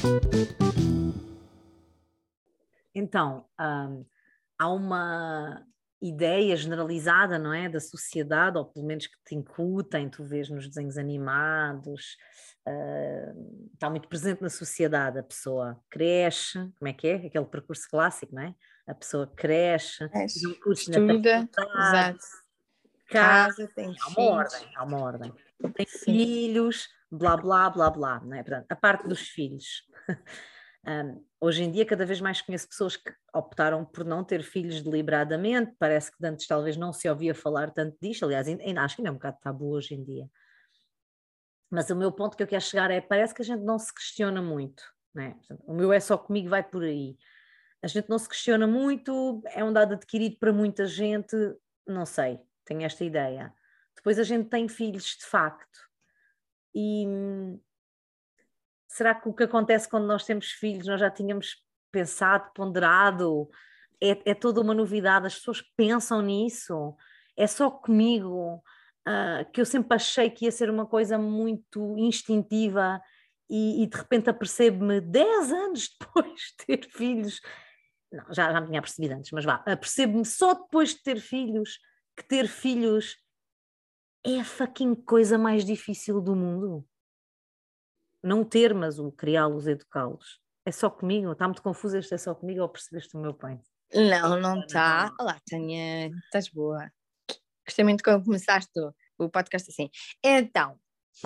Então, há uma ideia generalizada, não é, da sociedade, ou pelo menos que te incutem, tu vês nos desenhos animados, está muito presente na sociedade, a pessoa cresce, como é que é? Aquele percurso clássico, não é? A pessoa cresce, tem um curso na Estuda, faculdade, exato. casa, Casa, tem há uma filhos. ordem, há uma ordem. Tem Sim. filhos, blá, blá, blá, blá, não é? Portanto, a parte dos filhos. Hoje em dia cada vez mais conheço pessoas que optaram por não ter filhos deliberadamente, parece que antes talvez não se ouvia falar tanto disto, aliás, ainda acho que ainda é um bocado tabu hoje em dia. Mas o meu ponto que eu quero chegar é, parece que a gente não se questiona muito, não é? Portanto, o meu é só comigo, vai por aí. A gente não se questiona muito, é um dado adquirido para muita gente, não sei, tenho esta ideia. Depois a gente tem filhos de facto. E será que o que acontece quando nós temos filhos, nós já tínhamos pensado, ponderado? É toda uma novidade, as pessoas pensam nisso? É só comigo, que eu sempre achei que ia ser uma coisa muito instintiva e de repente apercebo-me 10 anos depois de ter filhos. Não, já me tinha percebido antes, mas vá, apercebo-me só depois de ter filhos que ter filhos é a fucking coisa mais difícil do mundo. Não ter, mas o criá-los, educá-los. É só comigo? Está muito confuso este é só comigo ou percebeste o meu ponto? Não está. Olá, Tânia, estás boa. Gostei muito quando começaste o podcast assim. Então,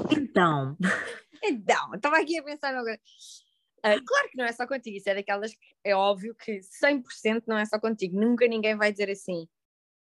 estava aqui a pensar agora. Claro que não é só contigo, isso é daquelas que é óbvio que 100% não é só contigo. Nunca ninguém vai dizer assim,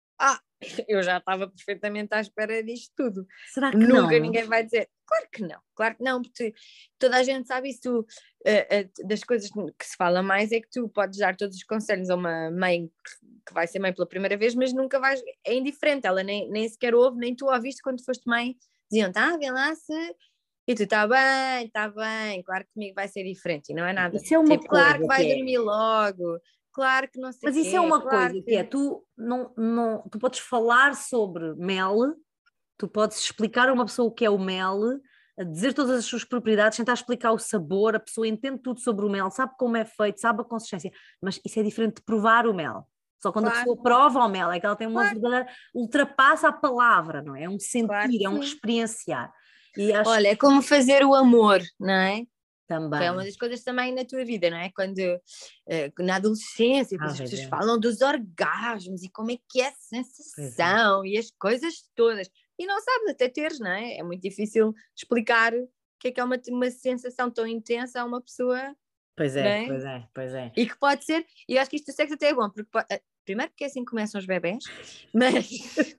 eu já estava perfeitamente à espera disto tudo. Será que Nunca não? ninguém vai dizer, claro que não, porque toda a gente sabe isso. Das coisas que se fala mais é que tu podes dar todos os conselhos a uma mãe que vai ser mãe pela primeira vez, mas nunca vais, é indiferente, ela nem sequer ouve, nem tu ouviste quando foste mãe, diziam, vê lá se. E tu, está bem, claro que comigo vai ser diferente, e não é nada. Isso é uma Tipo, claro coisa que que vai é. dormir logo, claro que não sei o Mas isso é quê, uma claro coisa que é, que. tu tu podes falar sobre mel, tu podes explicar a uma pessoa o que é o mel, dizer todas as suas propriedades, tentar explicar o sabor, a pessoa entende tudo sobre o mel, sabe como é feito, sabe a consistência, mas isso é diferente de provar o mel. Só quando a Claro, pessoa prova o mel é que ela tem uma claro, verdadeira, ultrapassa a palavra, não é? É um claro sentir, que é um sim. experienciar. E acho Olha, que é como fazer o amor, não é? Que é uma também. das coisas também na tua vida, não é? Quando na adolescência, depois as Pois pessoas é, falam dos orgasmos e como é que é a pois é. sensação e as coisas todas. E não sabes até teres, não é? É muito difícil explicar o que é uma sensação tão intensa a uma pessoa, Pois não é, é? pois é, pois é. E que pode ser, e eu acho que isto do sexo até é bom, porque primeiro porque assim começam os bebés, mas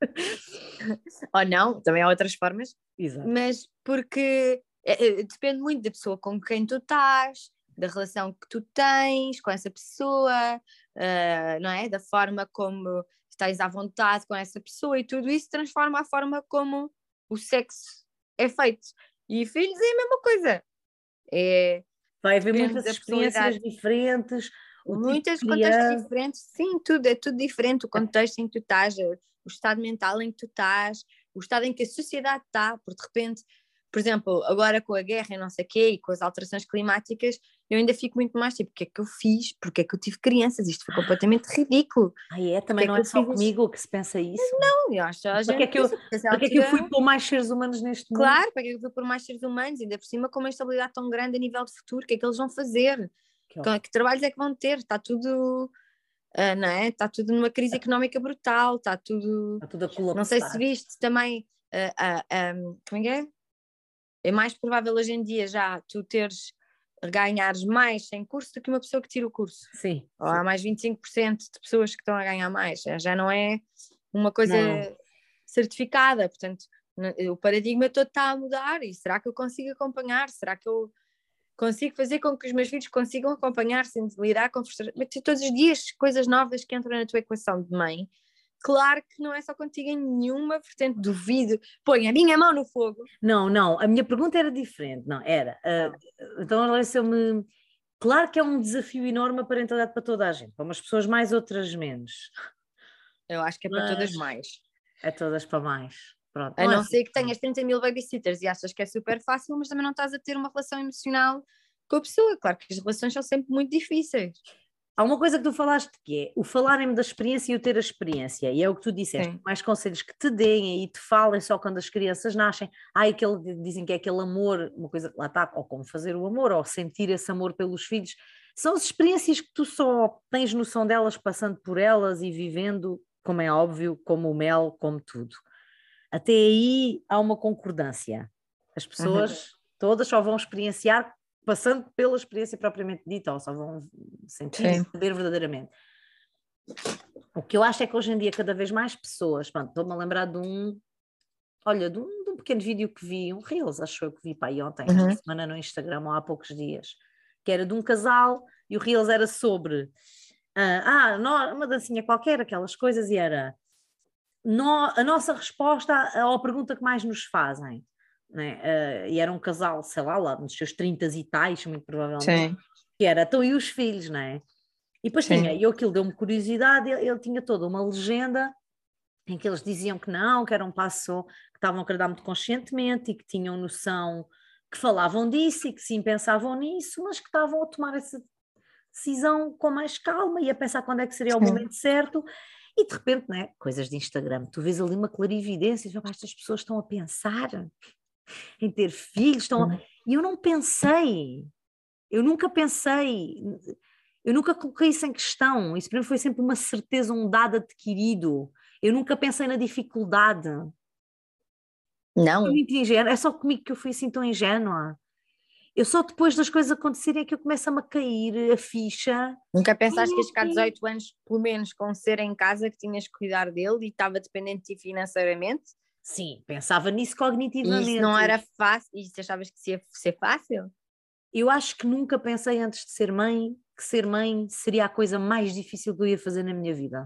ou não, também há outras formas, Exato. mas porque depende muito da pessoa com quem tu estás, da relação que tu tens com essa pessoa, não é? Da forma como estás à vontade com essa pessoa e tudo isso transforma a forma como o sexo é feito. E filhos é a mesma coisa. É, Vai haver depende muitas da personalidade. experiências diferentes, o tipo de Muitos contextos criança. diferentes, sim, tudo, é tudo diferente. O contexto em que tu estás, o estado mental em que tu estás, o estado em que a sociedade está, porque de repente, por exemplo, agora com a guerra e não sei o quê, e com as alterações climáticas, eu ainda fico muito mais tipo, o que é que eu fiz? Porque é que eu tive crianças? Isto foi completamente ridículo. Também Porque é não que é eu só fiz isto? comigo que se pensa isso. Não, eu acho que a Para que é gente que eu, pensa, porque essa para que é que eu fui altura, pôr mais seres humanos neste mundo? claro, para que é que eu fui por mais seres humanos, ainda por cima com uma estabilidade tão grande a nível de futuro, o que é que eles vão fazer? Que horror. Que trabalhos é que vão ter? Está tudo não é? Está tudo numa crise económica brutal, está tudo. Está tudo a Não sei se colapsar. viste também. Como é que é? É mais provável hoje em dia já tu ganhares mais sem curso do que uma pessoa que tira o curso. Sim, Ou sim. há mais 25% de pessoas que estão a ganhar mais. Já não é uma coisa Não. certificada. Portanto, o paradigma todo está a mudar. E será que eu consigo acompanhar? Será que eu consigo fazer com que os meus filhos consigam acompanhar sem lidar com frustração? Mas todos os dias coisas novas que entram na tua equação de mãe. Claro que não é só contigo em nenhuma vertente, duvido. Põe a minha mão no fogo. Não, não, a minha pergunta era diferente, não, era, então agora se eu me, claro que é um desafio enorme a parentalidade para toda a gente, para umas pessoas mais, outras menos, Eu acho que é para todas mas mais. é todas para mais, pronto, A não é não assim, ser que tenhas 30 mil babysitters e achas que é super fácil, mas também não estás a ter uma relação emocional com a pessoa. Claro que as relações são sempre muito difíceis. Há uma coisa que tu falaste que é o falarem-me da experiência e o ter a experiência, e é o que tu disseste, Sim. mais conselhos que te deem e te falem só quando as crianças nascem, dizem que é aquele amor, uma coisa, lá está, ou como fazer o amor, ou sentir esse amor pelos filhos, são as experiências que tu só tens noção delas passando por elas e vivendo, como é óbvio, como o mel, como tudo. Até aí há uma concordância. As pessoas todas só vão experienciar passando pela experiência propriamente dita, ou só vão sentir e saber verdadeiramente. O que eu acho é que hoje em dia cada vez mais pessoas, pronto, estou-me a lembrar de um pequeno vídeo que vi, um Reels, acho eu que vi para aí ontem, esta semana no Instagram, ou há poucos dias, que era de um casal, e o Reels era sobre uma dancinha qualquer, aquelas coisas, e era a nossa resposta à pergunta que mais nos fazem. Né? E era um casal, sei lá nos seus 30 e tais, muito provavelmente, que era, então e os filhos, não é? E depois e aquilo deu-me curiosidade, ele tinha toda uma legenda em que eles diziam que não, que era um passo que estavam a acreditar muito conscientemente e que tinham noção, que falavam disso e que sim pensavam nisso, mas que estavam a tomar essa decisão com mais calma e a pensar quando é que seria o momento certo. E de repente, né, coisas de Instagram, tu vês ali uma clarividência, estas pessoas estão a pensar em ter filhos, e eu não pensei, eu nunca pensei, eu nunca coloquei isso em questão, isso para mim foi sempre uma certeza, um dado adquirido, eu nunca pensei na dificuldade. Não. Fui muito ingênua, é só comigo que eu fui assim tão ingênua. Eu só depois das coisas acontecerem é que eu começo-me a cair a ficha. Nunca pensaste que ias ficar 18 anos, pelo menos, com um ser em casa que tinhas que cuidar dele e estava dependente de ti financeiramente? Sim, pensava nisso cognitivamente. E isso não era fácil? E se achavas que ia ser fácil? Eu acho que nunca pensei antes de ser mãe que ser mãe seria a coisa mais difícil que eu ia fazer na minha vida.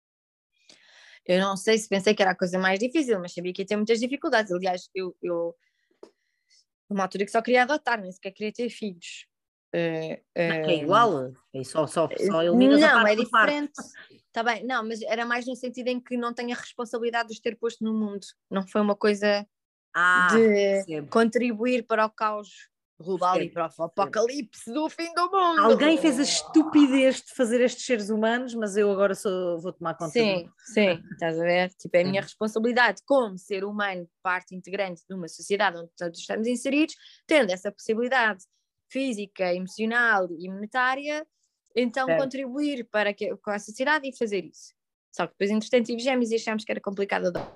Eu não sei se pensei que era a coisa mais difícil, mas sabia que ia ter muitas dificuldades. Aliás, eu numa altura que só queria adotar, nem sequer queria ter filhos. Que é igual, só eliminas a não, parte é do parto. diferente. Está bem, não, mas era mais no sentido em que não tenho a responsabilidade de os ter posto no mundo. Não foi uma coisa de percebo. contribuir para o caos global e para o apocalipse do fim do mundo. Alguém fez a estupidez de fazer estes seres humanos, mas eu agora vou tomar conta Sim, estás a ver? Tipo, é a minha responsabilidade como ser humano, parte integrante de uma sociedade onde todos estamos inseridos, tendo essa possibilidade física, emocional e monetária, então contribuir para com a sociedade e fazer isso. Só que depois, entretanto, tive gêmeos e achámos que era complicado adotar.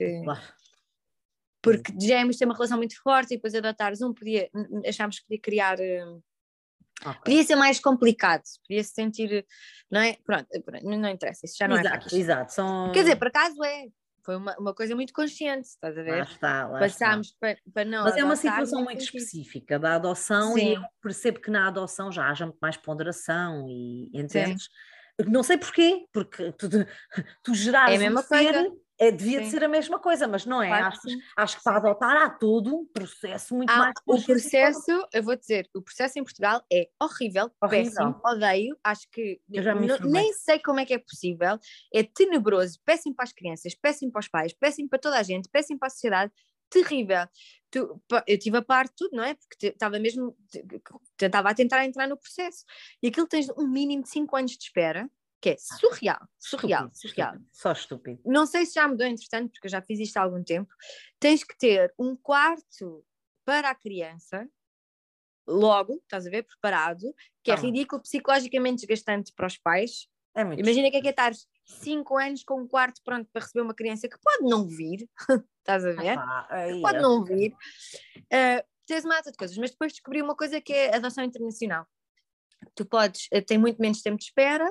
Porque de gêmeos tem uma relação muito forte e depois adotares achámos que podia criar... Podia ser mais complicado, podia se sentir, não é? Pronto, não interessa, isso já não é para aqui. Exato. Quer dizer, por acaso foi uma coisa muito consciente, estás a ver? Lá Passámos para não mas adotar, é uma situação muito específica da adoção. Sim. E eu percebo que na adoção já haja muito mais ponderação e entendes? Sim. Não sei porquê, porque tu gerares é a mesma ser, coisa. Devia de ser a mesma coisa, mas não é. Claro acho que para adotar há todo um processo muito mais o processo, eu vou dizer, o processo em Portugal é horrível, péssimo, odeio, acho que nem sei como é que é possível, é tenebroso, péssimo para as crianças, péssimo para os pais, péssimo para toda a gente, péssimo para a sociedade, terrível. Eu tive a par de tudo, não é? Porque estava a tentar entrar no processo e aquilo tens um mínimo de 5 anos de espera, que é surreal. Só estúpido. Não sei se já mudou entretanto, porque eu já fiz isto há algum tempo. Tens que ter um quarto para a criança, logo, estás a ver, preparado, que é ridículo, psicologicamente desgastante para os pais. Imagina que é estar 5 anos com um quarto pronto para receber uma criança que pode não vir, estás a ver? Pode não vir. Tens uma data de coisas, mas depois descobri uma coisa que é a adoção internacional. Tu tem muito menos tempo de espera.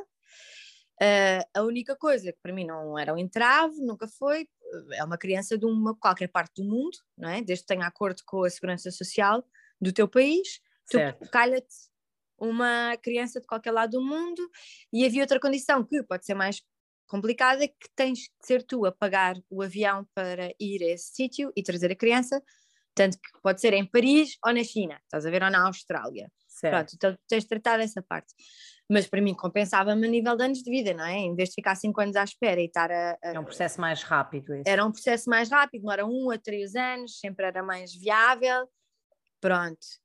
A única coisa que para mim não era um entrave, nunca foi, é uma criança de qualquer parte do mundo, não é? Desde que tenha acordo com a segurança social do teu país, tu calha-te uma criança de qualquer lado do mundo. E havia outra condição que pode ser mais complicada, que tens de ser tu a pagar o avião para ir a esse sítio e trazer a criança, tanto que pode ser em Paris ou na China, estás a ver, ou na Austrália. Pronto, então tens de tratar dessa parte. Mas para mim compensava-me a nível de anos de vida, não é? Em vez de ficar 5 anos à espera e estar É um processo mais rápido esse. Era um processo mais rápido, demora 1 a 3 anos, sempre era mais viável. Pronto.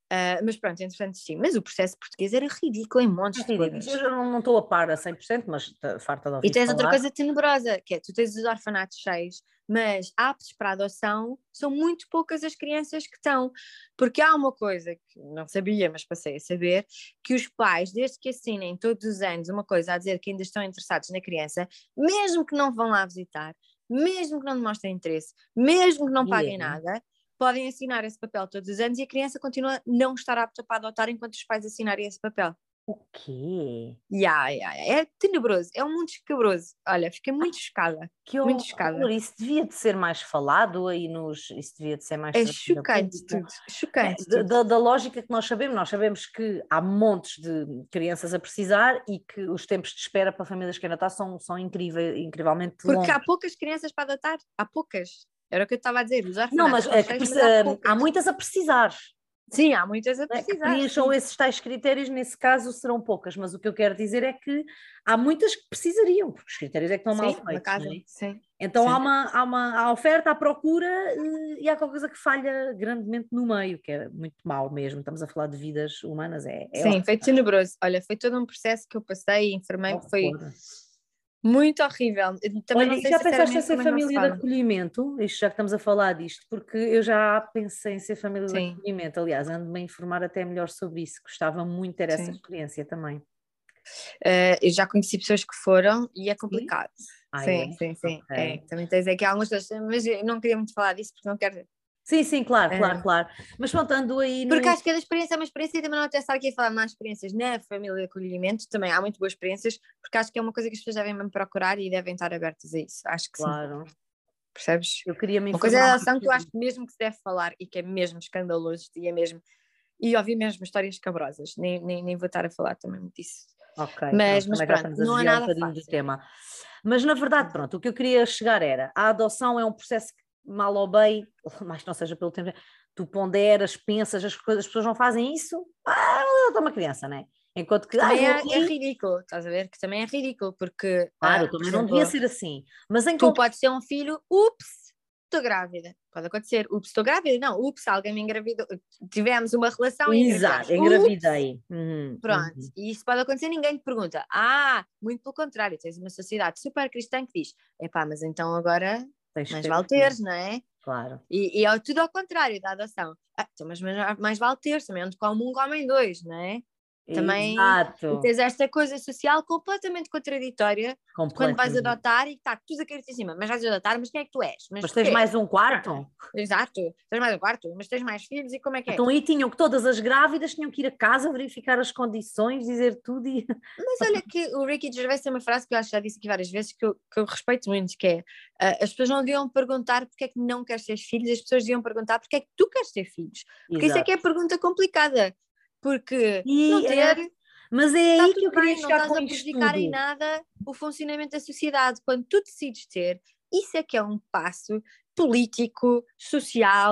Mas pronto, entretanto sim. Mas o processo português era ridículo em montes de coisas. Eu já não estou a par a 100%, mas farta de E ouvir tens outra falar. coisa tenebrosa, que é, tu tens os orfanatos cheios, mas aptos para adoção são muito poucas as crianças que estão, porque há uma coisa que não sabia, mas passei a saber, que os pais, desde que assinem todos os anos uma coisa a dizer que ainda estão interessados na criança, mesmo que não vão lá visitar, mesmo que não demonstrem interesse, mesmo que não paguem nada, podem assinar esse papel todos os anos e a criança continua a não estar apta para adotar enquanto os pais assinarem esse papel. O quê? É tenebroso, é um mundo escabroso. Olha, fiquei muito chocada. Que Muito horror! chocada. Isso devia de ser mais falado aí isso devia de ser mais É trazido a chocante público. tudo, chocante Da, tudo. da lógica que nós sabemos que há montes de crianças a precisar e que os tempos de espera para famílias que ainda são incrivelmente Porque longos. há poucas crianças para adotar, há poucas. Era o que eu estava a dizer, os Não, orfanatos mas estão cheios, mas há há poucas. muitas a precisar. Sim, há muitas a Que precisar, preencham sim. esses tais critérios, nesse caso serão poucas, mas o que eu quero dizer é que há muitas que precisariam, porque os critérios é que estão mal Sim, uma feitos, casa, não é? sim. Então Sim. há oferta, há procura e há qualquer coisa que falha grandemente no meio, que é muito mau mesmo. Estamos a falar de vidas humanas, é Sim, foi tenebroso. Olha, foi todo um processo que eu passei e informei-me, foi horror. muito horrível. Eu também Olha, não e sei já pensaste em sinceramente ser como é que não se família de fala. acolhimento? Isto já que estamos a falar disto, porque eu já pensei em ser família de Sim, acolhimento. Aliás, ando-me a informar até melhor sobre isso. Gostava muito de ter essa sim. experiência também. Eu já conheci pessoas que foram e é Sim? complicado. Ah, é? Sim, sim, sim. É. Ok. Também tens aqui algumas coisas, mas eu não queria muito falar disso porque não quero. Sim, sim, claro, claro, eh, claro. Mas pronto, ando aí Porque no. acho que cada experiência é uma experiência e também não até estar aqui a falar de más experiências na família de acolhimento, também há muito boas experiências, porque acho que é uma coisa que as pessoas devem mesmo procurar e devem estar abertas a isso. Acho que sim. Claro. Percebes? Eu queria me Uma coisa é informar a mais ação que eu sobre acho isso. que mesmo que se deve falar e que é mesmo escandaloso e é mesmo. E ouvi mesmo histórias escabrosas, nem vou estar a falar também muito disso. Ok, pronto, Mas também já pronto, estamos a não é desviar um nada bocadinho do fácil. tema. Mas na verdade, pronto, o que eu queria chegar era, a adoção é um processo que, mal ou bem, mais que não seja pelo tempo, tu ponderas, pensas, as pessoas não fazem isso, adota uma criança, não é? Enquanto que, Também vou é ali, ridículo, estás a ver? Que também é ridículo, porque, claro, por também não devia exemplo, ser assim, mas em tu podes ter um filho, ups, estou grávida. Pode acontecer, ups, estou grávida. Não, ups, alguém me engravidou. Tivemos uma relação e exato, engravidamos. Ups, engravidei. pronto. E isso pode acontecer, ninguém te pergunta. Muito pelo contrário, tens uma sociedade super cristã que diz, epá, mas então agora Tens que mais ter o vale filho, teres, não é? claro. E é tudo ao contrário da adoção. Então, mas mais vale teres, também onde come um, comem dois, não é? Também e Exato, tens esta coisa social completamente contraditória de quando vais completamente. adotar e está tudo a cair em cima, mas vais adotar, mas quem é que tu és? Mas Mas tens porquê? mais um quarto? Exato, tens mais um quarto, mas tens mais filhos e como é que é? Então aí tinham que todas as grávidas tinham que ir a casa verificar as condições, dizer tudo e Mas olha que o Ricky Gervais tem uma frase que eu acho que já disse aqui várias vezes que eu respeito muito, que é as pessoas não deviam perguntar porque é que não queres ter filhos, as pessoas deviam perguntar porque é que tu queres ter filhos. Porque isso é que é a exato. pergunta complicada. Porque não E ter mas é está aí que tudo eu queria bem, não chegar estás com a isto prejudicar em tudo. nada o funcionamento da sociedade. Quando tu decides ter, isso é que é um passo político, social,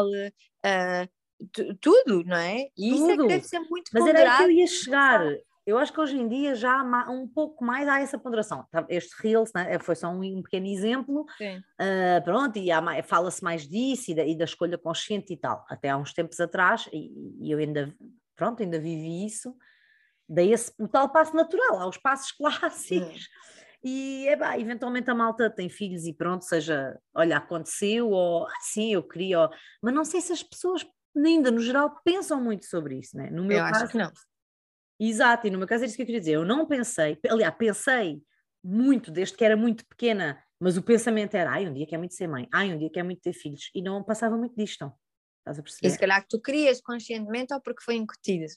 uh, tudo, não é? E isso é que deve Tudo. ser muito Mas era aí que eu ponderado ia e chegar. pensado. Eu acho que hoje em dia já há um pouco mais há essa ponderação. Este Reels, né, foi só um pequeno exemplo, Sim. pronto, e fala-se mais disso e da escolha consciente e tal. Até há uns tempos atrás, e eu ainda, pronto, ainda vivi isso, daí o tal passo natural, há os passos clássicos, e eventualmente a malta tem filhos e pronto, seja, olha, aconteceu, ou sim, eu queria, mas não sei se as pessoas ainda no geral pensam muito sobre isso, né? No meu Eu acho caso, que não. exato, e no meu caso é isso que eu queria dizer, eu não pensei, aliás, pensei muito desde que era muito pequena, mas o pensamento era, ai, um dia quer muito ser mãe, ai, um dia quer muito ter filhos, e não passava muito disto, estás a E se perceber? calhar que tu querias conscientemente ou porque foi incutido.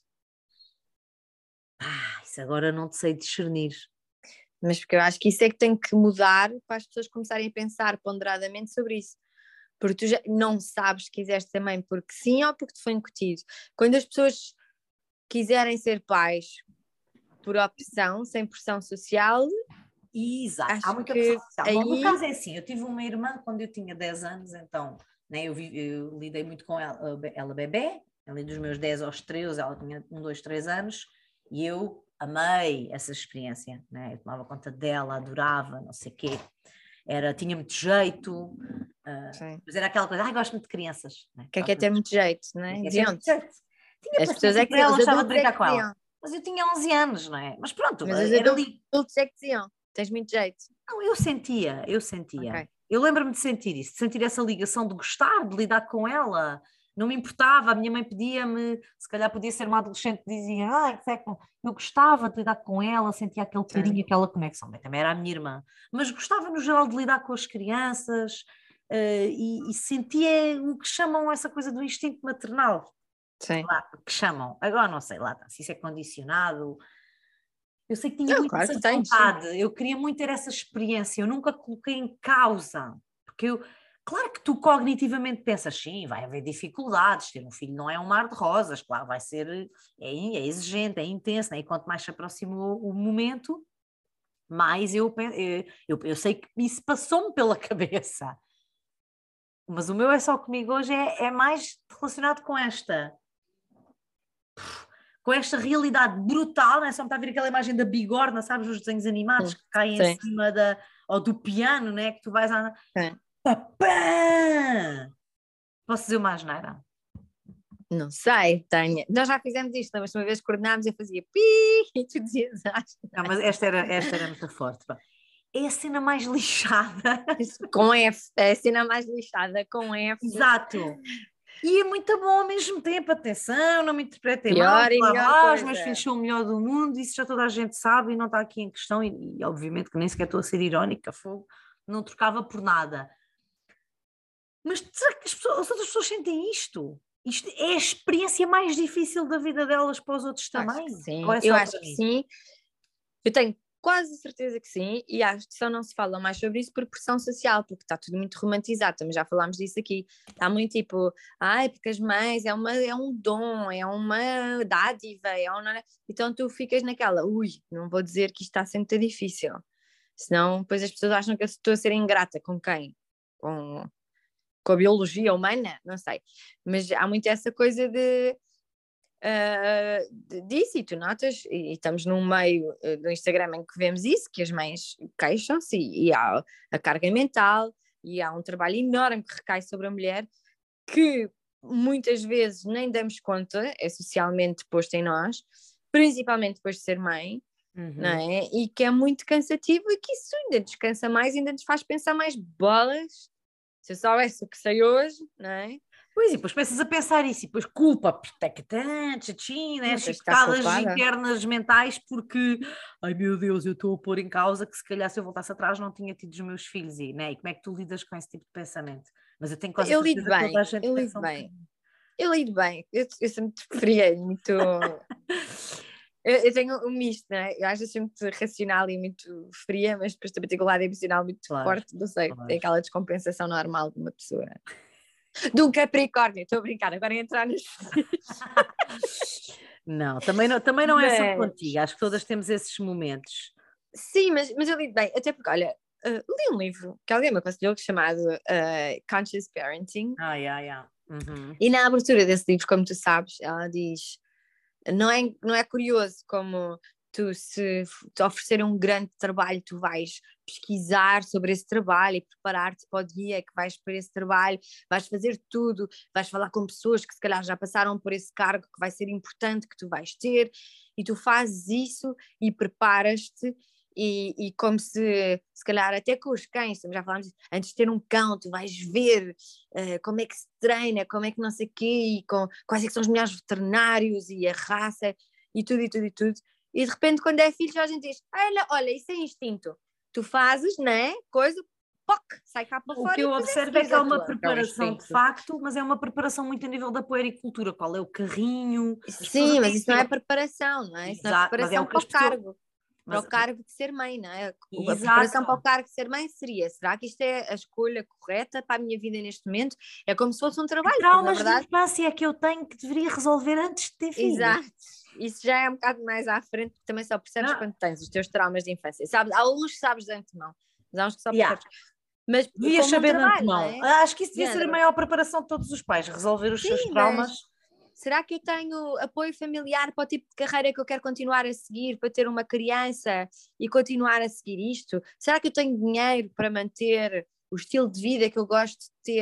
Isso agora não te sei discernir. Mas porque eu acho que isso é que tem que mudar para as pessoas começarem a pensar ponderadamente sobre isso. Porque tu já não sabes se quiseste ser mãe porque sim ou porque te foi incutido. Quando as pessoas quiserem ser pais por opção, sem pressão social, Exato, há acho muita pressão que social. No meu aí. caso é assim, eu tive uma irmã quando eu tinha 10 anos, então, né, eu lidei muito com ela bebé, ali dos meus 10 aos 13, ela tinha 1, 2, 3 anos, e eu amei essa experiência, né? Eu tomava conta dela, adorava, não sei o quê, tinha muito jeito, Sim. mas era aquela coisa, ai, gosto muito de crianças, né? Que é ter muito jeito, não é? Quer ter muito Diziam-te. jeito. Tinha As pessoas paciência é que para ela, os gostava de adultos é brincar que com ela. diziam. Mas eu tinha 11 anos, não é? Mas pronto, Mas os era ali. adultos é que diziam. Tens muito jeito. Não, eu sentia, eu sentia. Ok. Eu lembro-me de sentir isso, de sentir essa ligação, de gostar, de lidar com ela. Não me importava, a minha mãe pedia-me, se calhar podia ser uma adolescente que dizia, eu gostava de lidar com ela, sentia aquele Sim. carinho, aquela conexão. Bem, também era a minha irmã, mas gostava no geral de lidar com as crianças, e sentia o que chamam essa coisa do instinto maternal. Sim. Lá, que chamam, agora não sei lá, se isso é condicionado. Eu sei que tinha Não, muito claro essa que tens, sim. vontade, eu queria muito ter essa experiência, eu nunca coloquei em causa, porque claro que tu cognitivamente pensas, sim, vai haver dificuldades, ter um filho não é um mar de rosas, claro, vai ser, é exigente, é intenso, né? E quanto mais se aproxima o momento, mais eu sei que isso passou-me pela cabeça, mas o meu é só comigo hoje é mais relacionado com esta realidade brutal, né? Só me está a vir aquela imagem da bigorna, sabes, os desenhos animados que caem em Sim. cima ou do piano, né? Que tu vais a... Sim. Papã! Posso dizer uma asneira? Não sei, tenho. Nós já fizemos isto, mas uma vez coordenámos, eu fazia pi e tu dizias Não, mas esta era muito forte. Pá. É a cena mais lixada. com F, é a cena mais lixada, com F. Exato. E é muito bom ao mesmo tempo, atenção, não me interpretem mal, Pior e blá, melhor blá, os meus filhos coisa. são o melhor do mundo, isso já toda a gente sabe e não está aqui em questão, e obviamente que nem sequer estou a ser irónica, fogo, não trocava por nada. Mas será que as outras pessoas sentem isto? Isto é a experiência mais difícil da vida delas para os outros Acho também? que Ou sim, é eu só acho para que mim? sim. Eu tenho quase certeza que sim, e acho que só não se fala mais sobre isso por pressão social, porque está tudo muito romantizado, também já falámos disso aqui. Está muito tipo, ai, porque as mães é um dom, é uma dádiva, então tu ficas naquela, ui, não vou dizer que isto está sempre muito difícil, senão depois as pessoas acham que eu estou a ser ingrata com quem? Com a biologia humana, não sei, mas há muito essa coisa disso, e tu notas, e estamos num meio do Instagram em que vemos isso, que as mães queixam-se e há a carga mental e há um trabalho enorme que recai sobre a mulher que muitas vezes nem damos conta, é socialmente posto em nós, principalmente depois de ser mãe, não é? E que é muito cansativo e que isso ainda nos cansa mais, ainda nos faz pensar mais bolas. Se eu soubesse o que sei hoje, não é? Pois, e depois começas a pensar isso, e depois culpa, né? Não tens de estar Chicotadas culpada. internas mentais, porque, ai meu Deus, eu estou a pôr em causa que se calhar se eu voltasse atrás não tinha tido os meus filhos, né? E como é que tu lidas com esse tipo de pensamento? Mas eu tenho quase a Eu lido certeza que toda bem, a gente eu lido pensa um bem. bocadinho. Eu lido bem, eu sempre preferia muito. Eu tenho um misto, né? Eu acho sempre muito racional e muito fria, mas depois também tenho um lado emocional muito Claro, forte, não sei, tem claro. aquela descompensação normal de uma pessoa. De um Capricórnio, estou a brincar, agora entrar nos. Não, também não é só Mas contigo, acho que todas temos esses momentos. sim, mas eu lido bem, até porque, olha, li um livro que alguém me aconselhou chamado Conscious Parenting, Ai, ai, ai. Uhum. e na abertura desse livro, como tu sabes, ela diz. Não é curioso como tu, se te oferecer um grande trabalho, tu vais pesquisar sobre esse trabalho e preparar-te para o dia que vais para esse trabalho, vais fazer tudo, vais falar com pessoas que se calhar já passaram por esse cargo que vai ser importante que tu vais ter, e tu fazes isso e preparas-te. E como se calhar até com os cães, já falámos disso, antes de ter um cão, tu vais ver como é que se treina, como é que não sei o quê, e quais é que são os melhores veterinários e a raça e tudo, e tudo, e tudo. E de repente, quando é filho, já a gente diz: olha, isso é instinto. Tu fazes, né? Coisa, poc, sai cá para O fora que e eu depois é observo é seguires que há a uma tua, que é o preparação de instinto. facto, mas é uma preparação muito a nível da puericultura. Qual é o carrinho? As pessoas Sim, até mas isso não é preparação, não é? Isso não é Exato, mas é preparação o que para as o pessoas. cargo. Para Mas, o cargo de ser mãe, não é? A preparação para o exato. cargo de ser mãe seria: será que isto é a escolha correta para a minha vida neste momento? É como se fosse um Que trabalho, porque na traumas de verdade, infância é que eu tenho que deveria resolver antes de ter filhos? exato, isso já é um bocado mais à frente, porque também só percebes Não. quando tens os teus traumas de infância. Sabes, há uns que sabes de antemão, mas há uns que só Yeah. percebes. Mas Devias como um saber de trabalho, não antemão. é? Acho que isso devia ser a Género. maior preparação de todos os pais, resolver os seus Sim, mas traumas. será que eu tenho apoio familiar para o tipo de carreira que eu quero continuar a seguir, para ter uma criança e continuar a seguir isto? Será que eu tenho dinheiro para manter o estilo de vida que eu gosto de ter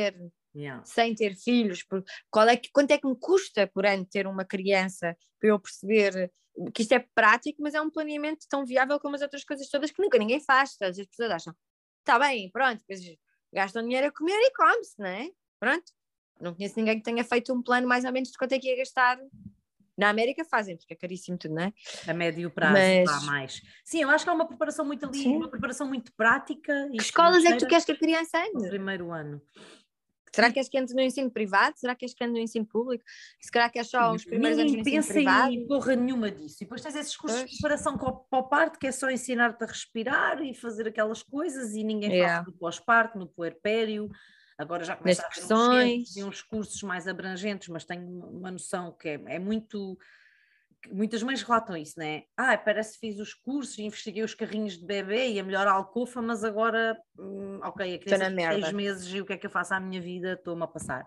Yeah. sem ter filhos, quanto é que me custa por ano ter uma criança, para eu perceber que isto é prático, mas é um planeamento tão viável como as outras coisas todas que nunca ninguém faz. As pessoas acham, está bem, pronto, depois gastam dinheiro a comer e come-se, não é? Pronto. Não conheço ninguém que tenha feito um plano mais ou menos de quanto é que ia gastar. Na América fazem, porque é caríssimo tudo, não é? A médio prazo, pá, mais. Sim, eu acho que há uma preparação muito ali, Sim. uma preparação muito prática. Que escolas é que tu queres que a criança no ande? primeiro ano. Será que queres que ande no ensino privado? Será que queres que ande no ensino público? Se calhar queres só os primeiros anos no Ninguém ensino pensa privado? em porra nenhuma disso. E depois tens esses cursos de preparação para o parto, que é só ensinar-te a respirar e fazer aquelas coisas, e ninguém fala no pós-parto, no puerpério. Agora já começa a haver uns centros e uns cursos mais abrangentes, mas tenho uma noção que é muito... Muitas mães relatam isso, não é? Parece que fiz os cursos e investiguei os carrinhos de bebê e a melhor alcofa, mas agora, ok, a criança tem 6 meses e o que é que eu faço à minha vida? Estou-me a passar.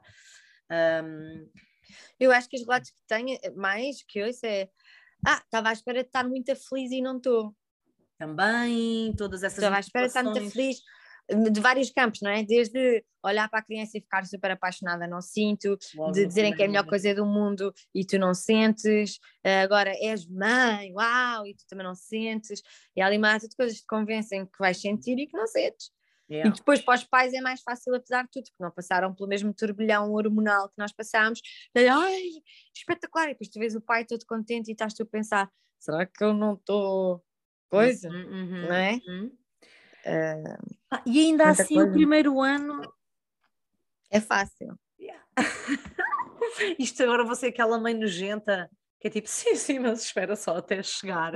Eu acho que os relatos que tenho, mais que ouço é estava à espera de estar muito feliz e não estou. Também, todas essas estava à espera de estar muito feliz, de vários campos, não é? Desde olhar para a criança e ficar super apaixonada, não sinto, logo de dizerem que é a melhor coisa do mundo e tu não sentes, agora és mãe, uau, e tu também não sentes, e há ali mais de coisas que te convencem que vais sentir e que não sentes. E depois para os pais é mais fácil apesar de tudo, porque não passaram pelo mesmo turbilhão hormonal que nós passámos. Ai, espetacular! E depois tu vês o pai todo contente e estás tu a pensar, será que eu não estou coisa? Não é? E ainda assim o primeiro ano... É fácil. Isto agora vou ser aquela mãe nojenta, que é tipo, sim, mas espera só até chegar.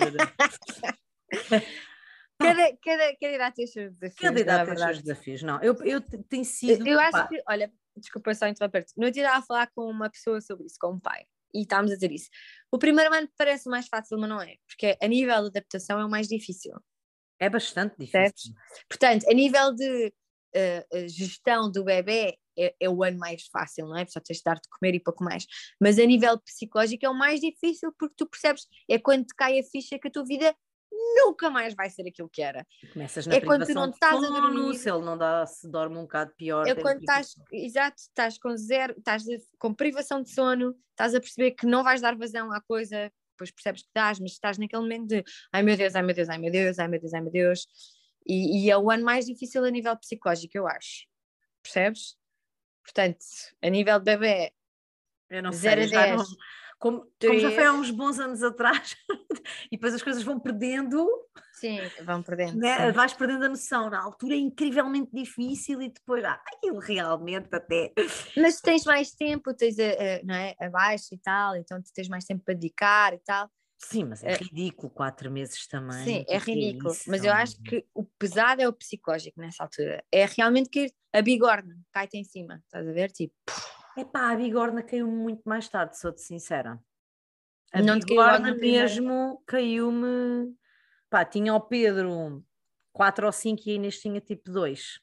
Cada idade tem os seus desafios. Cada idade tem os seus desafios, não. Eu tenho sido... Eu acho que, olha, desculpa só interromper-te. No dia estava a falar com uma pessoa sobre isso, com um pai, e estávamos a dizer isso. O primeiro ano parece mais fácil, mas não é, porque a nível de adaptação é o mais difícil. É bastante difícil. Portanto, a nível de gestão do bebê é o ano mais fácil, não é? Só tens de dar de comer e pouco mais. Mas a nível psicológico é o mais difícil, porque tu percebes, é quando te cai a ficha que a tua vida nunca mais vai ser aquilo que era. Começas na quando tu não estás a dormir, se ele não dá, se dorme um bocado pior. Quando estás com zero, estás com privação de sono, estás a perceber que não vais dar vazão à coisa, depois percebes que dás, mas estás naquele momento de ai meu Deus, ai meu Deus, ai meu Deus, ai meu Deus, ai meu Deus. E é o ano mais difícil a nível psicológico, eu acho. Percebes? Portanto, a nível de bebê, eu não 0 a 10. Como já foi há uns bons anos atrás, e depois as coisas vão perdendo. Sim, vão perdendo. Né? Vais perdendo a noção. Na altura é incrivelmente difícil e depois, aquilo realmente até. Mas tens mais tempo, tens não é, abaixo e tal, então tu tens mais tempo para dedicar e tal. Sim, mas é ridículo, 4 meses também. Sim, é ridículo, mas eu acho que o pesado é o psicológico nessa altura. É realmente que a bigorna cai-te em cima, estás a ver? Tipo... Epá, a bigorna caiu-me muito mais tarde, sou-te sincera. A não bigorna mesmo caiu-me... Pá, tinha o Pedro 4 ou 5 e a Inês tinha tipo 2.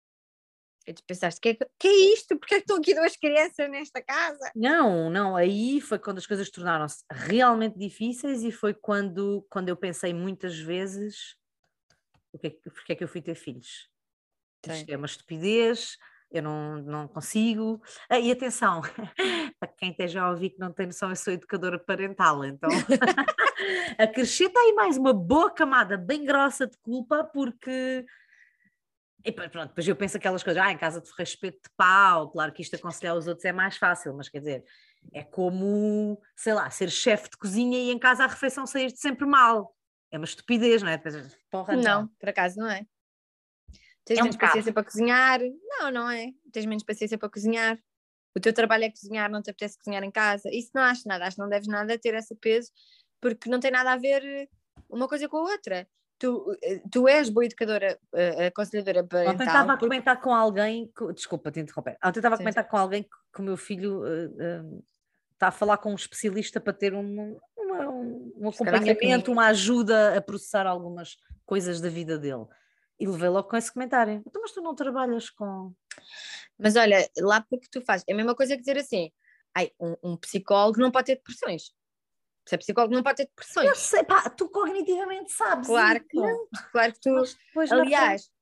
E tu pensaste, que é isto? Porque é que estão aqui 2 crianças nesta casa? Não, aí foi quando as coisas tornaram-se realmente difíceis e foi quando eu pensei muitas vezes porque é que eu fui ter filhos. Isto é uma estupidez, eu não consigo. E atenção, para quem esteja a ouvir que não tem noção, eu sou educadora parental, então acrescenta aí mais uma boa camada bem grossa de culpa, porque... E pronto, depois eu penso aquelas coisas, em casa de ferreiro espeto de pau, claro que isto aconselhar os outros é mais fácil, mas quer dizer, é como, sei lá, ser chefe de cozinha e em casa a refeição sair-te sempre mal. É uma estupidez, não é? Depois, porra, não, por acaso não é. Tens menos paciência para cozinhar? Não é. Tens menos paciência para cozinhar. O teu trabalho é cozinhar, não te apetece cozinhar em casa. Isso não acho nada, acho que não deves nada ter esse peso, porque não tem nada a ver uma coisa com a outra. Tu és boa educadora, aconselhadora parental. Ontem estava a comentar com alguém, desculpa te interromper, ontem estava a comentar com alguém que o meu filho está a falar com um especialista para ter um acompanhamento, uma ajuda a processar algumas coisas da vida dele. E levei logo com esse comentário. Então, mas tu não trabalhas com... Mas olha, lá porque tu fazes, é a mesma coisa que dizer assim, um psicólogo não pode ter depressões. Se é psicólogo não pode ter depressões. Eu sei, pá, tu cognitivamente sabes. Claro que não. Claro que tu... Aliás,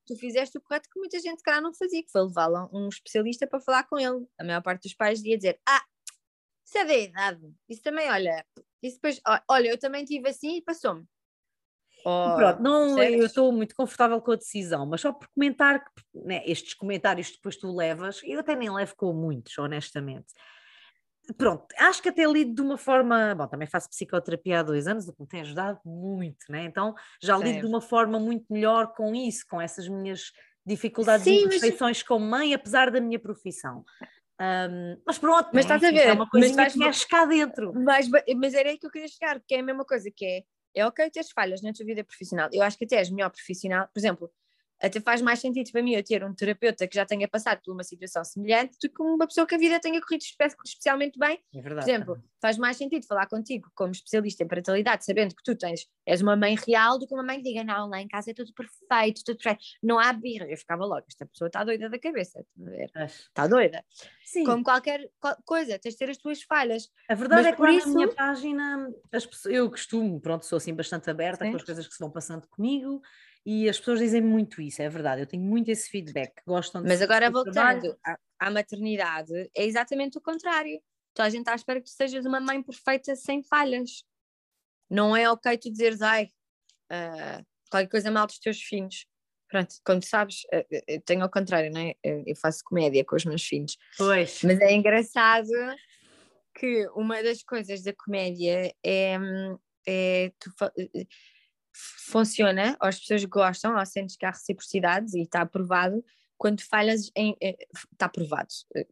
tu fizeste o correto que muita gente, cara, não fazia, que foi levá-lo a um especialista para falar com ele. A maior parte dos pais ia dizer, isso é da idade, isso também, olha, isso depois, olha, eu também tive assim e passou-me. Pronto, não, eu Percebes? estou muito confortável com a decisão, mas só por comentar, que, né, estes comentários que depois tu levas, eu até nem levo com muitos, honestamente. Pronto, acho que até lido de uma forma. Bom, também faço psicoterapia há 2 anos, o que me tem ajudado muito, né? Então já lido de Certo. uma forma muito melhor com isso, com essas minhas dificuldades e Sim, imperfeições como mãe, apesar da minha profissão. Mas pronto, mas né? estás a Isto é ver, uma coisinha que mexe cá dentro. mas era aí que eu queria chegar, porque é a mesma coisa que é ok teres falhas na tua vida profissional. Eu acho que até és melhor profissional, por exemplo, até faz mais sentido para mim eu ter um terapeuta que já tenha passado por uma situação semelhante do que uma pessoa que a vida tenha corrido especialmente bem. É Por verdade. exemplo, faz mais sentido falar contigo como especialista em parentalidade, sabendo que tu és uma mãe real, do que uma mãe que diga, não, lá em casa é tudo perfeito, não há birra. Eu ficava logo, esta pessoa está doida da cabeça, está doida. Sim, Como qualquer coisa, tens de ter as tuas falhas. a verdade Mas é que por lá na isso, minha página eu costumo, pronto, sou assim bastante aberta com sim. as coisas que se vão passando comigo e as pessoas dizem muito isso, é verdade, eu tenho muito esse feedback, que gostam de Mas saber agora do trabalho. voltando à maternidade, é exatamente o contrário. Então a gente está à espera que tu sejas uma mãe perfeita sem falhas. Não é ok tu dizeres, qualquer coisa mal dos teus filhos. Pronto, como tu sabes, eu tenho ao contrário, não é? Eu faço comédia com os meus filhos. Pois, Mas é engraçado que uma das coisas da comédia funciona, ou as pessoas gostam, ou sentes que há reciprocidade e está aprovado, quando falhas está aprovado.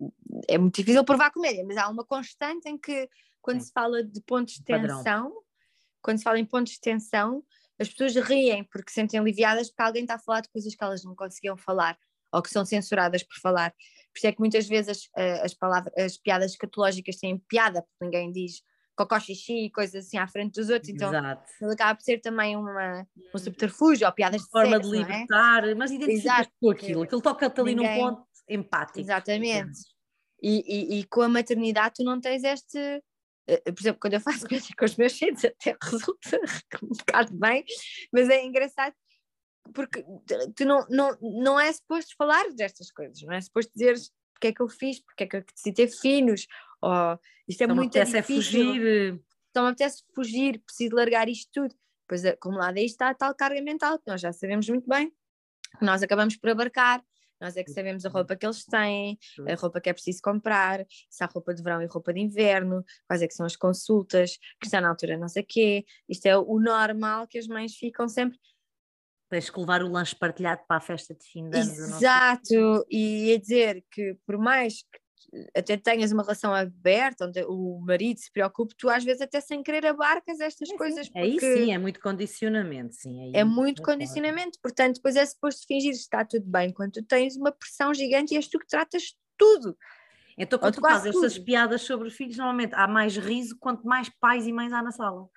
É muito difícil provar a comédia, mas há uma constante em que quando sim, se fala de pontos de padrão. tensão, quando se fala em pontos de tensão, as pessoas riem porque se sentem aliviadas porque alguém está a falar de coisas que elas não conseguiam falar ou que são censuradas por falar. Por isso é que muitas vezes as piadas escatológicas têm piada porque ninguém diz cocó, xixi e coisas assim à frente dos outros, então Exato. ele acaba por ser também um subterfúgio ou piadas Uma de forma de sexo, não é? libertar, mas identificas Exato, com aquilo, que aquilo toca-te ali num ninguém. ponto empático, Exatamente. digamos. E com a maternidade tu não tens este. Por exemplo, quando eu faço coisas com os meus filhos, até resulta um bocado bem, mas é engraçado porque tu não é suposto falar destas coisas, não é suposto dizeres porque é que eu fiz, porque é que eu decidi ter filhos, ou isto é Só me muito apetece é difícil, fugir. só me apetece fugir, preciso largar isto tudo. Pois acumulado aí está a tal carga mental que nós já sabemos muito bem, que nós acabamos por abarcar, nós é que sabemos a roupa que eles têm, a roupa que é preciso comprar, se há roupa de verão e roupa de inverno, quais é que são as consultas, que está na altura não sei quê, isto é o normal que as mães ficam sempre. Tens que levar o lanche partilhado para a festa de fim de ano do nosso filho. Exato, e a dizer que por mais que até tenhas uma relação aberta, onde o marido se preocupe, tu às vezes até sem querer abarcas estas Sim. coisas, Aí sim, porque é muito condicionamento, sim, é aí muito concordo. condicionamento, portanto depois é suposto fingir que está tudo bem, quando tu tens uma pressão gigante e és tu que tratas tudo, Então, ou quando de tu fazes quase essas tudo. piadas sobre filhos, normalmente há mais riso quanto mais pais e mães há na sala.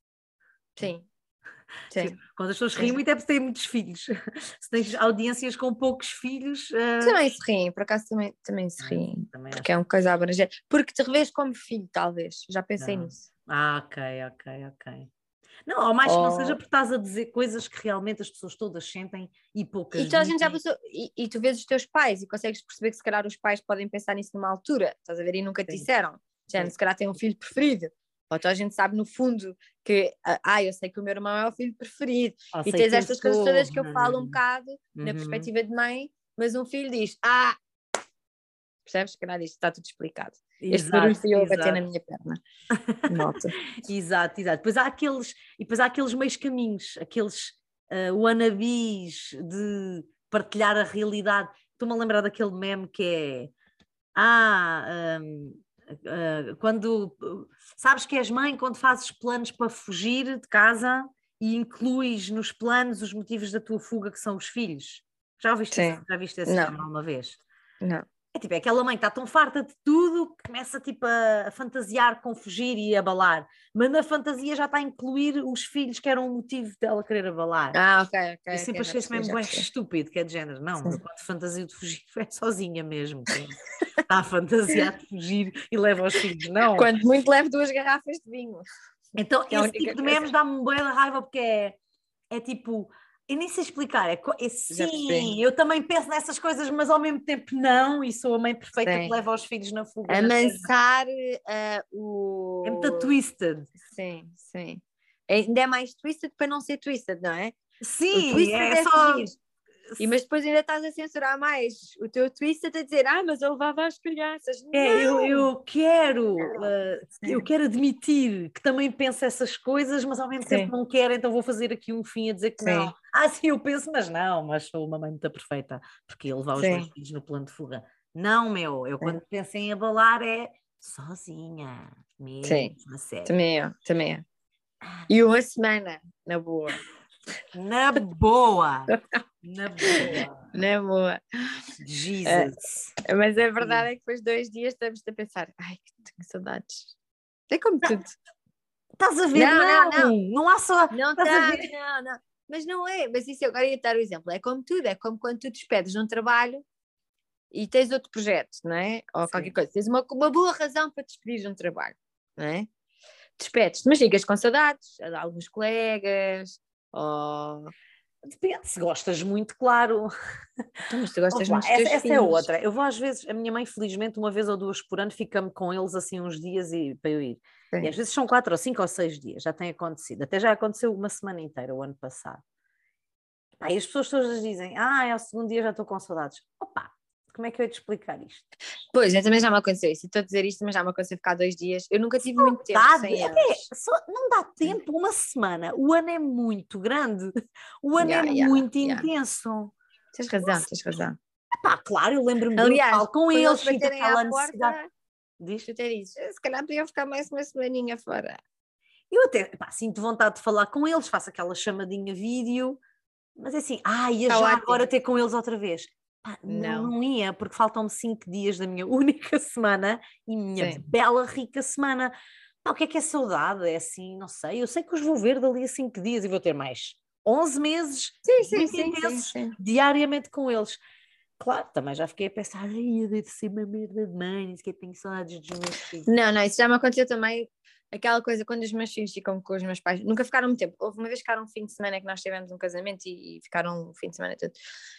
Sim, Sim. sim, Quando as pessoas riem sim. muito é porque têm muitos filhos. Se tens audiências com poucos filhos, Também se riem, por acaso também se é, riem, também porque acho é uma que coisa abrangente, porque te revês como filho, talvez, já pensei não. nisso. Ok, ok, ok. Não, ou mais que não seja Ou porque estás a dizer coisas que realmente as pessoas todas sentem e E poucas toda a gente já dizem. passou, e tu vês os teus pais e consegues perceber que se calhar os pais podem pensar nisso numa altura, estás a ver? E nunca te Sim, disseram. Já, sim. se calhar tem um filho preferido. Ou toda a gente sabe no fundo que, eu sei que o meu irmão é o filho preferido. Ou E sei tens quem estas coisas sou. todas que eu falo um bocado na Uhum. perspectiva de mãe, mas um filho diz, percebes? Se calhar isto está tudo explicado. Este barulho Exato, fui eu a bater na exato. minha perna. Malta. Exato, exato. Depois há aqueles meios caminhos, aqueles wannabes de partilhar a realidade. Estou-me a lembrar daquele meme que é quando sabes que és mãe, quando fazes planos para fugir de casa e incluis nos planos os motivos da tua fuga, que são os filhos. Sim. Já viste esse meme Não, alguma vez? não. É tipo, é aquela mãe que está tão farta de tudo que começa tipo a fantasiar com fugir e abalar, mas na fantasia já está a incluir os filhos que eram o motivo dela querer abalar. Ok, ok, Eu ok, sempre já achei esse percebi, mesmo já bem percebi. estúpido, que é de género. Não, eu Sim. quando fantasio de fugir é sozinha mesmo. Quem está a fantasiar de fugir e leva os filhos, não. Quando muito levo 2 garrafas de vinho, Então, que é a esse única tipo de coisa. memes dá-me bué da raiva porque é tipo, Eu nem sei explicar, Já percebi. sim, eu também penso nessas coisas, mas ao mesmo tempo não, e sou a mãe perfeita Sim. que leva os filhos na fuga. Amansar É muito twisted. Sim, sim. Ainda é mais twisted para não ser twisted, não é? O Sim, twisted é é só. fugir. Mas depois ainda estás a censurar mais o teu twisted a dizer, mas eu levava as crianças. Não! Eu quero admitir que também penso essas coisas, mas ao mesmo tempo Sim, não quero, então vou fazer aqui um fim a dizer que não. sim, Sim, eu penso, mas não, mas sou uma mãe muito perfeita, porque ia levar os meus sim, filhos no plano de fuga. Não, eu quando sim. penso em abalar é sozinha, Sim. mesmo, a sério. Também eu, também eu. E uma semana, na boa. Na boa, na boa. Na boa. Jesus. Mas a verdade é que depois de 2 dias estamos a pensar, ai, que tenho saudades. É como tudo. Estás a ver? Não, não, Não, não. não há só. Não Estás a estás, ver? não, não. Mas não é. Mas isso eu agora ia dar o exemplo. É como tudo. É como quando tu te despedes de um trabalho e tens outro projeto, não é? Ou qualquer Sim. coisa. Tens uma boa razão para te despedir de um trabalho, não é? Despedes-te, mas ligas com saudades a alguns colegas, ou... Depende, se gostas muito, claro. Então, mas tu gostas Ouve lá, muito dos teus essa é filhos. outra. Eu vou às vezes, a minha mãe, felizmente, uma vez ou duas por ano, fica-me com eles assim uns dias para eu ir. E Sim. às vezes são 4 ou 5 ou 6 dias, já tem acontecido. Até já aconteceu uma semana inteira o ano passado. Pá, e as pessoas todas dizem, é o segundo dia já estou com saudades. Opa, como é que eu ia te explicar isto? Pois, eu também já me aconteceu isso. Estou a dizer isto, mas já me aconteceu ficar 2 dias. Eu nunca tive muito tempo Saudade, sem eles. não dá tempo, uma semana. O ano é muito grande, o ano é Yeah, yeah, muito yeah. intenso. Tens razão, tens razão. Pá, claro, eu lembro-me deles, Aliás, falo com quando eles, eles sinto baterem à aquela necessidade. porta, Diz? tu até dizes, se calhar podiam ficar mais uma semaninha fora. Eu até, pá, sinto vontade de falar com eles, faço aquela chamadinha vídeo, mas é assim, ia Está já ótimo. agora ter com eles outra vez. Pá, Não. não ia, porque faltam-me 5 dias da minha única semana e minha Sim. bela, rica semana. Pá, o que é saudade? É assim, não sei. Eu sei que os vou ver dali a 5 dias e vou ter mais 11 meses Sim, sim, muito sim, sim, intensos, sim. diariamente com eles. Claro, também já fiquei a pensar, eu devo ser uma merda de mãe, que tenho saudades dos meus filhos. Não, não, isso já me aconteceu também. Aquela coisa quando os meus filhos ficam com os meus pais, nunca ficaram muito tempo. Houve uma vez que ficaram um fim de semana que nós tivemos um casamento e ficaram um fim de semana todo.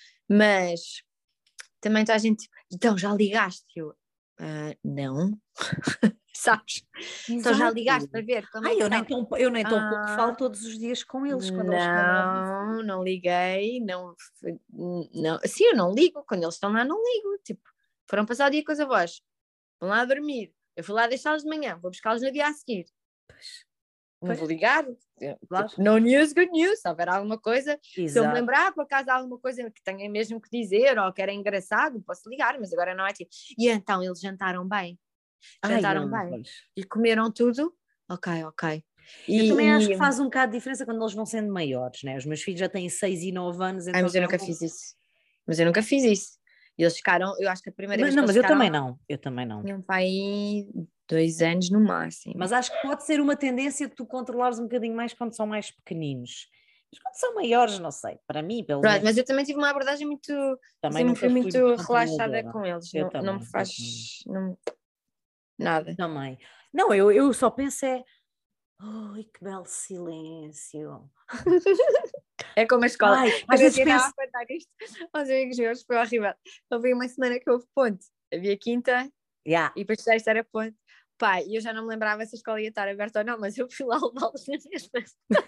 Mas também toda a gente, então já ligaste? Eu, não, sabes? Então já Exato. ligaste para ver como é que estão? Eu nem tão pouco falo todos os dias com eles quando eles estão lá. Não liguei, não, sim, eu não ligo, quando eles estão lá não ligo, tipo, foram passar o dia com os avós, vão lá dormir, eu fui lá deixá-los de manhã, vou buscá-los no dia a seguir, não vou ligar, Claro. tipo, no news, good news, se houver alguma coisa, se eu me Exato. lembrar, por acaso há alguma coisa que tenha mesmo que dizer, ou que era engraçado, posso ligar, mas agora não é tipo, e então eles jantaram bem, e comeram tudo, ok. Eu também acho que faz um bocado de diferença quando eles vão sendo maiores, né? Os meus filhos já têm 6 e 9 anos, então mas eu nunca fiz isso. E eles ficaram, eu acho que a primeira vez que eles mas eu ficaram, também não. tinham pai 2 anos no máximo. Mas acho que pode ser uma tendência de tu controlares um bocadinho mais quando são mais pequeninos. Mas quando são maiores, não sei, para mim, pelo Pronto, menos. mas eu também tive uma abordagem muito, Também sempre nunca fui fui muito muito relaxada controladora. com eles, Eu não também. me faz nada. Também. Não, eu só penso ai, que belo silêncio. É como a escola. Às Quando eu vezes tirava penso. a contar isto aos amigos meus, foi horrível. Houve uma semana que houve ponte. Havia quinta Yeah. e depois sexta era ponte. Pai, eu já não me lembrava se a escola ia estar aberta ou não, mas eu fui lá levá-los na mesma.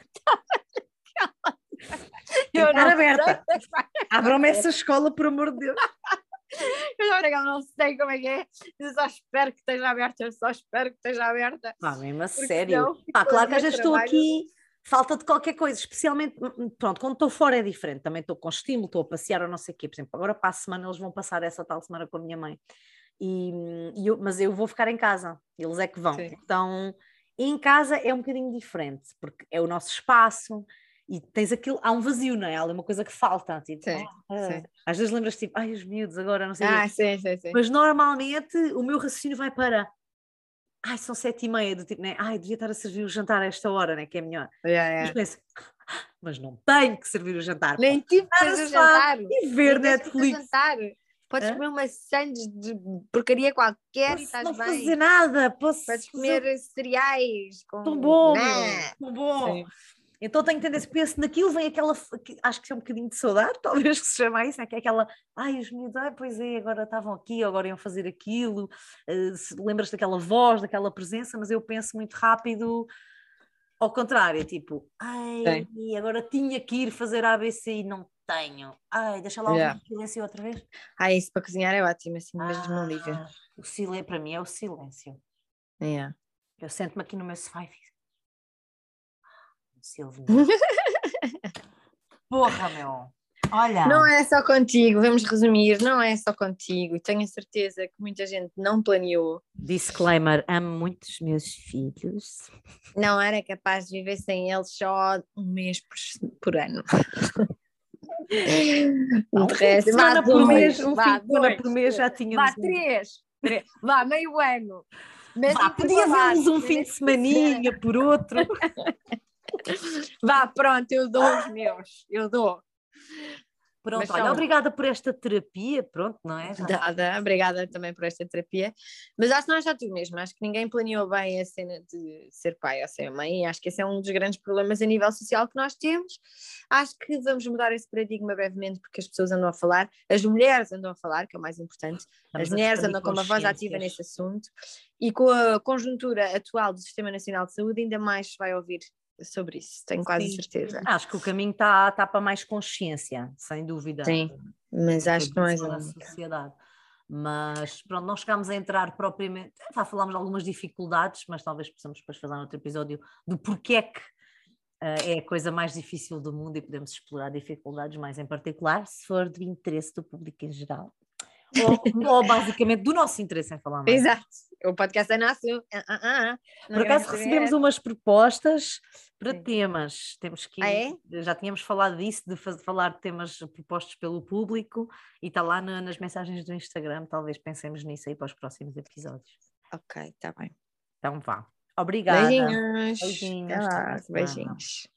Eu estar aberta. Abram-me essa escola, por amor de Deus. Eu não sei como é que é. Eu só espero que esteja aberta. Mesmo a Porque sério. senão Claro que às vezes estou trabalho. aqui, falta de qualquer coisa, especialmente, pronto, quando estou fora é diferente, também estou com estímulo, estou a passear ou não sei o quê, por exemplo, agora para a semana eles vão passar essa tal semana com a minha mãe, mas eu vou ficar em casa, eles é que vão. Sim. Então, em casa é um bocadinho diferente, porque é o nosso espaço e tens aquilo, há um vazio, não é? Há uma coisa que falta, tipo, Sim. às vezes lembras tipo, os miúdos agora, não sei. Sim. Mas normalmente o meu raciocínio vai para são 7h30, do tipo, né? Devia estar a servir o jantar a esta hora, né? Que é melhor. Mas penso, mas não tenho que servir o jantar. Nem tive que fazer o jantar. E ver Nem Netflix. Jantar. Podes comer uma sandes de porcaria qualquer e estás não bem. fazer nada. Podes comer cereais com... Tão bom, meu. Tão bom. Sim. Então tenho tendência, penso naquilo, vem aquela, acho que é um bocadinho de saudade, talvez que se chama isso, que é aquela, ai, os miúdos, ai, pois é, agora estavam aqui, agora iam fazer aquilo, lembras daquela voz, daquela presença, mas eu penso muito rápido, ao contrário, tipo, ai, agora tinha que ir fazer a ABC e não tenho, ai, deixa lá ouvir o silêncio outra vez. Isso para cozinhar é ótimo, assim mesmo no livro. O silêncio, para mim é o silêncio. Eu sento-me aqui no meu sofá e fico, Silvio. Porra, meu. Olha. Não é só contigo, vamos resumir, não é só contigo. Tenho a certeza que muita gente não planeou. Disclaimer, amo muito os meus filhos. Não era capaz de viver sem eles só um mês por ano. De resto, semana por mês, um fim de semana por mês já tínhamos. Vá, três. Vá, meio ano. Mas podia havermos um fim de semaninha por outro. Vá, pronto, eu dou os meus, eu dou. Pronto, olha, obrigada por esta terapia, pronto, não é? Nada, obrigada também por esta terapia, mas acho que não é só tu mesmo, acho que ninguém planeou bem a cena de ser pai ou ser mãe, e acho que esse é um dos grandes problemas a nível social que nós temos. Acho que vamos mudar esse paradigma brevemente, porque as pessoas andam a falar, as mulheres andam a falar, que é o mais importante, as mulheres andam com uma voz ativa nesse assunto, e com a conjuntura atual do Sistema Nacional de Saúde ainda mais se vai ouvir sobre isso, tenho quase certeza. Acho que o caminho está para mais consciência, sem dúvida. Sim, mas acho que não é a sociedade. Mas pronto, não chegámos a entrar propriamente, já falámos de algumas dificuldades, mas talvez possamos depois fazer outro episódio do porquê é que é a coisa mais difícil do mundo e podemos explorar dificuldades mais em particular, se for de interesse do público em geral. Ou basicamente do nosso interesse em falar mais. Exato, o podcast é nosso. Por acaso recebemos umas propostas para temas. Temos que já tínhamos falado disso, de falar de temas propostos pelo público, e está lá nas mensagens do Instagram. Talvez pensemos nisso aí para os próximos episódios. Ok, está bem. Então vá. Obrigada. Beijinhos. Beijinhos. Até lá, beijinhos.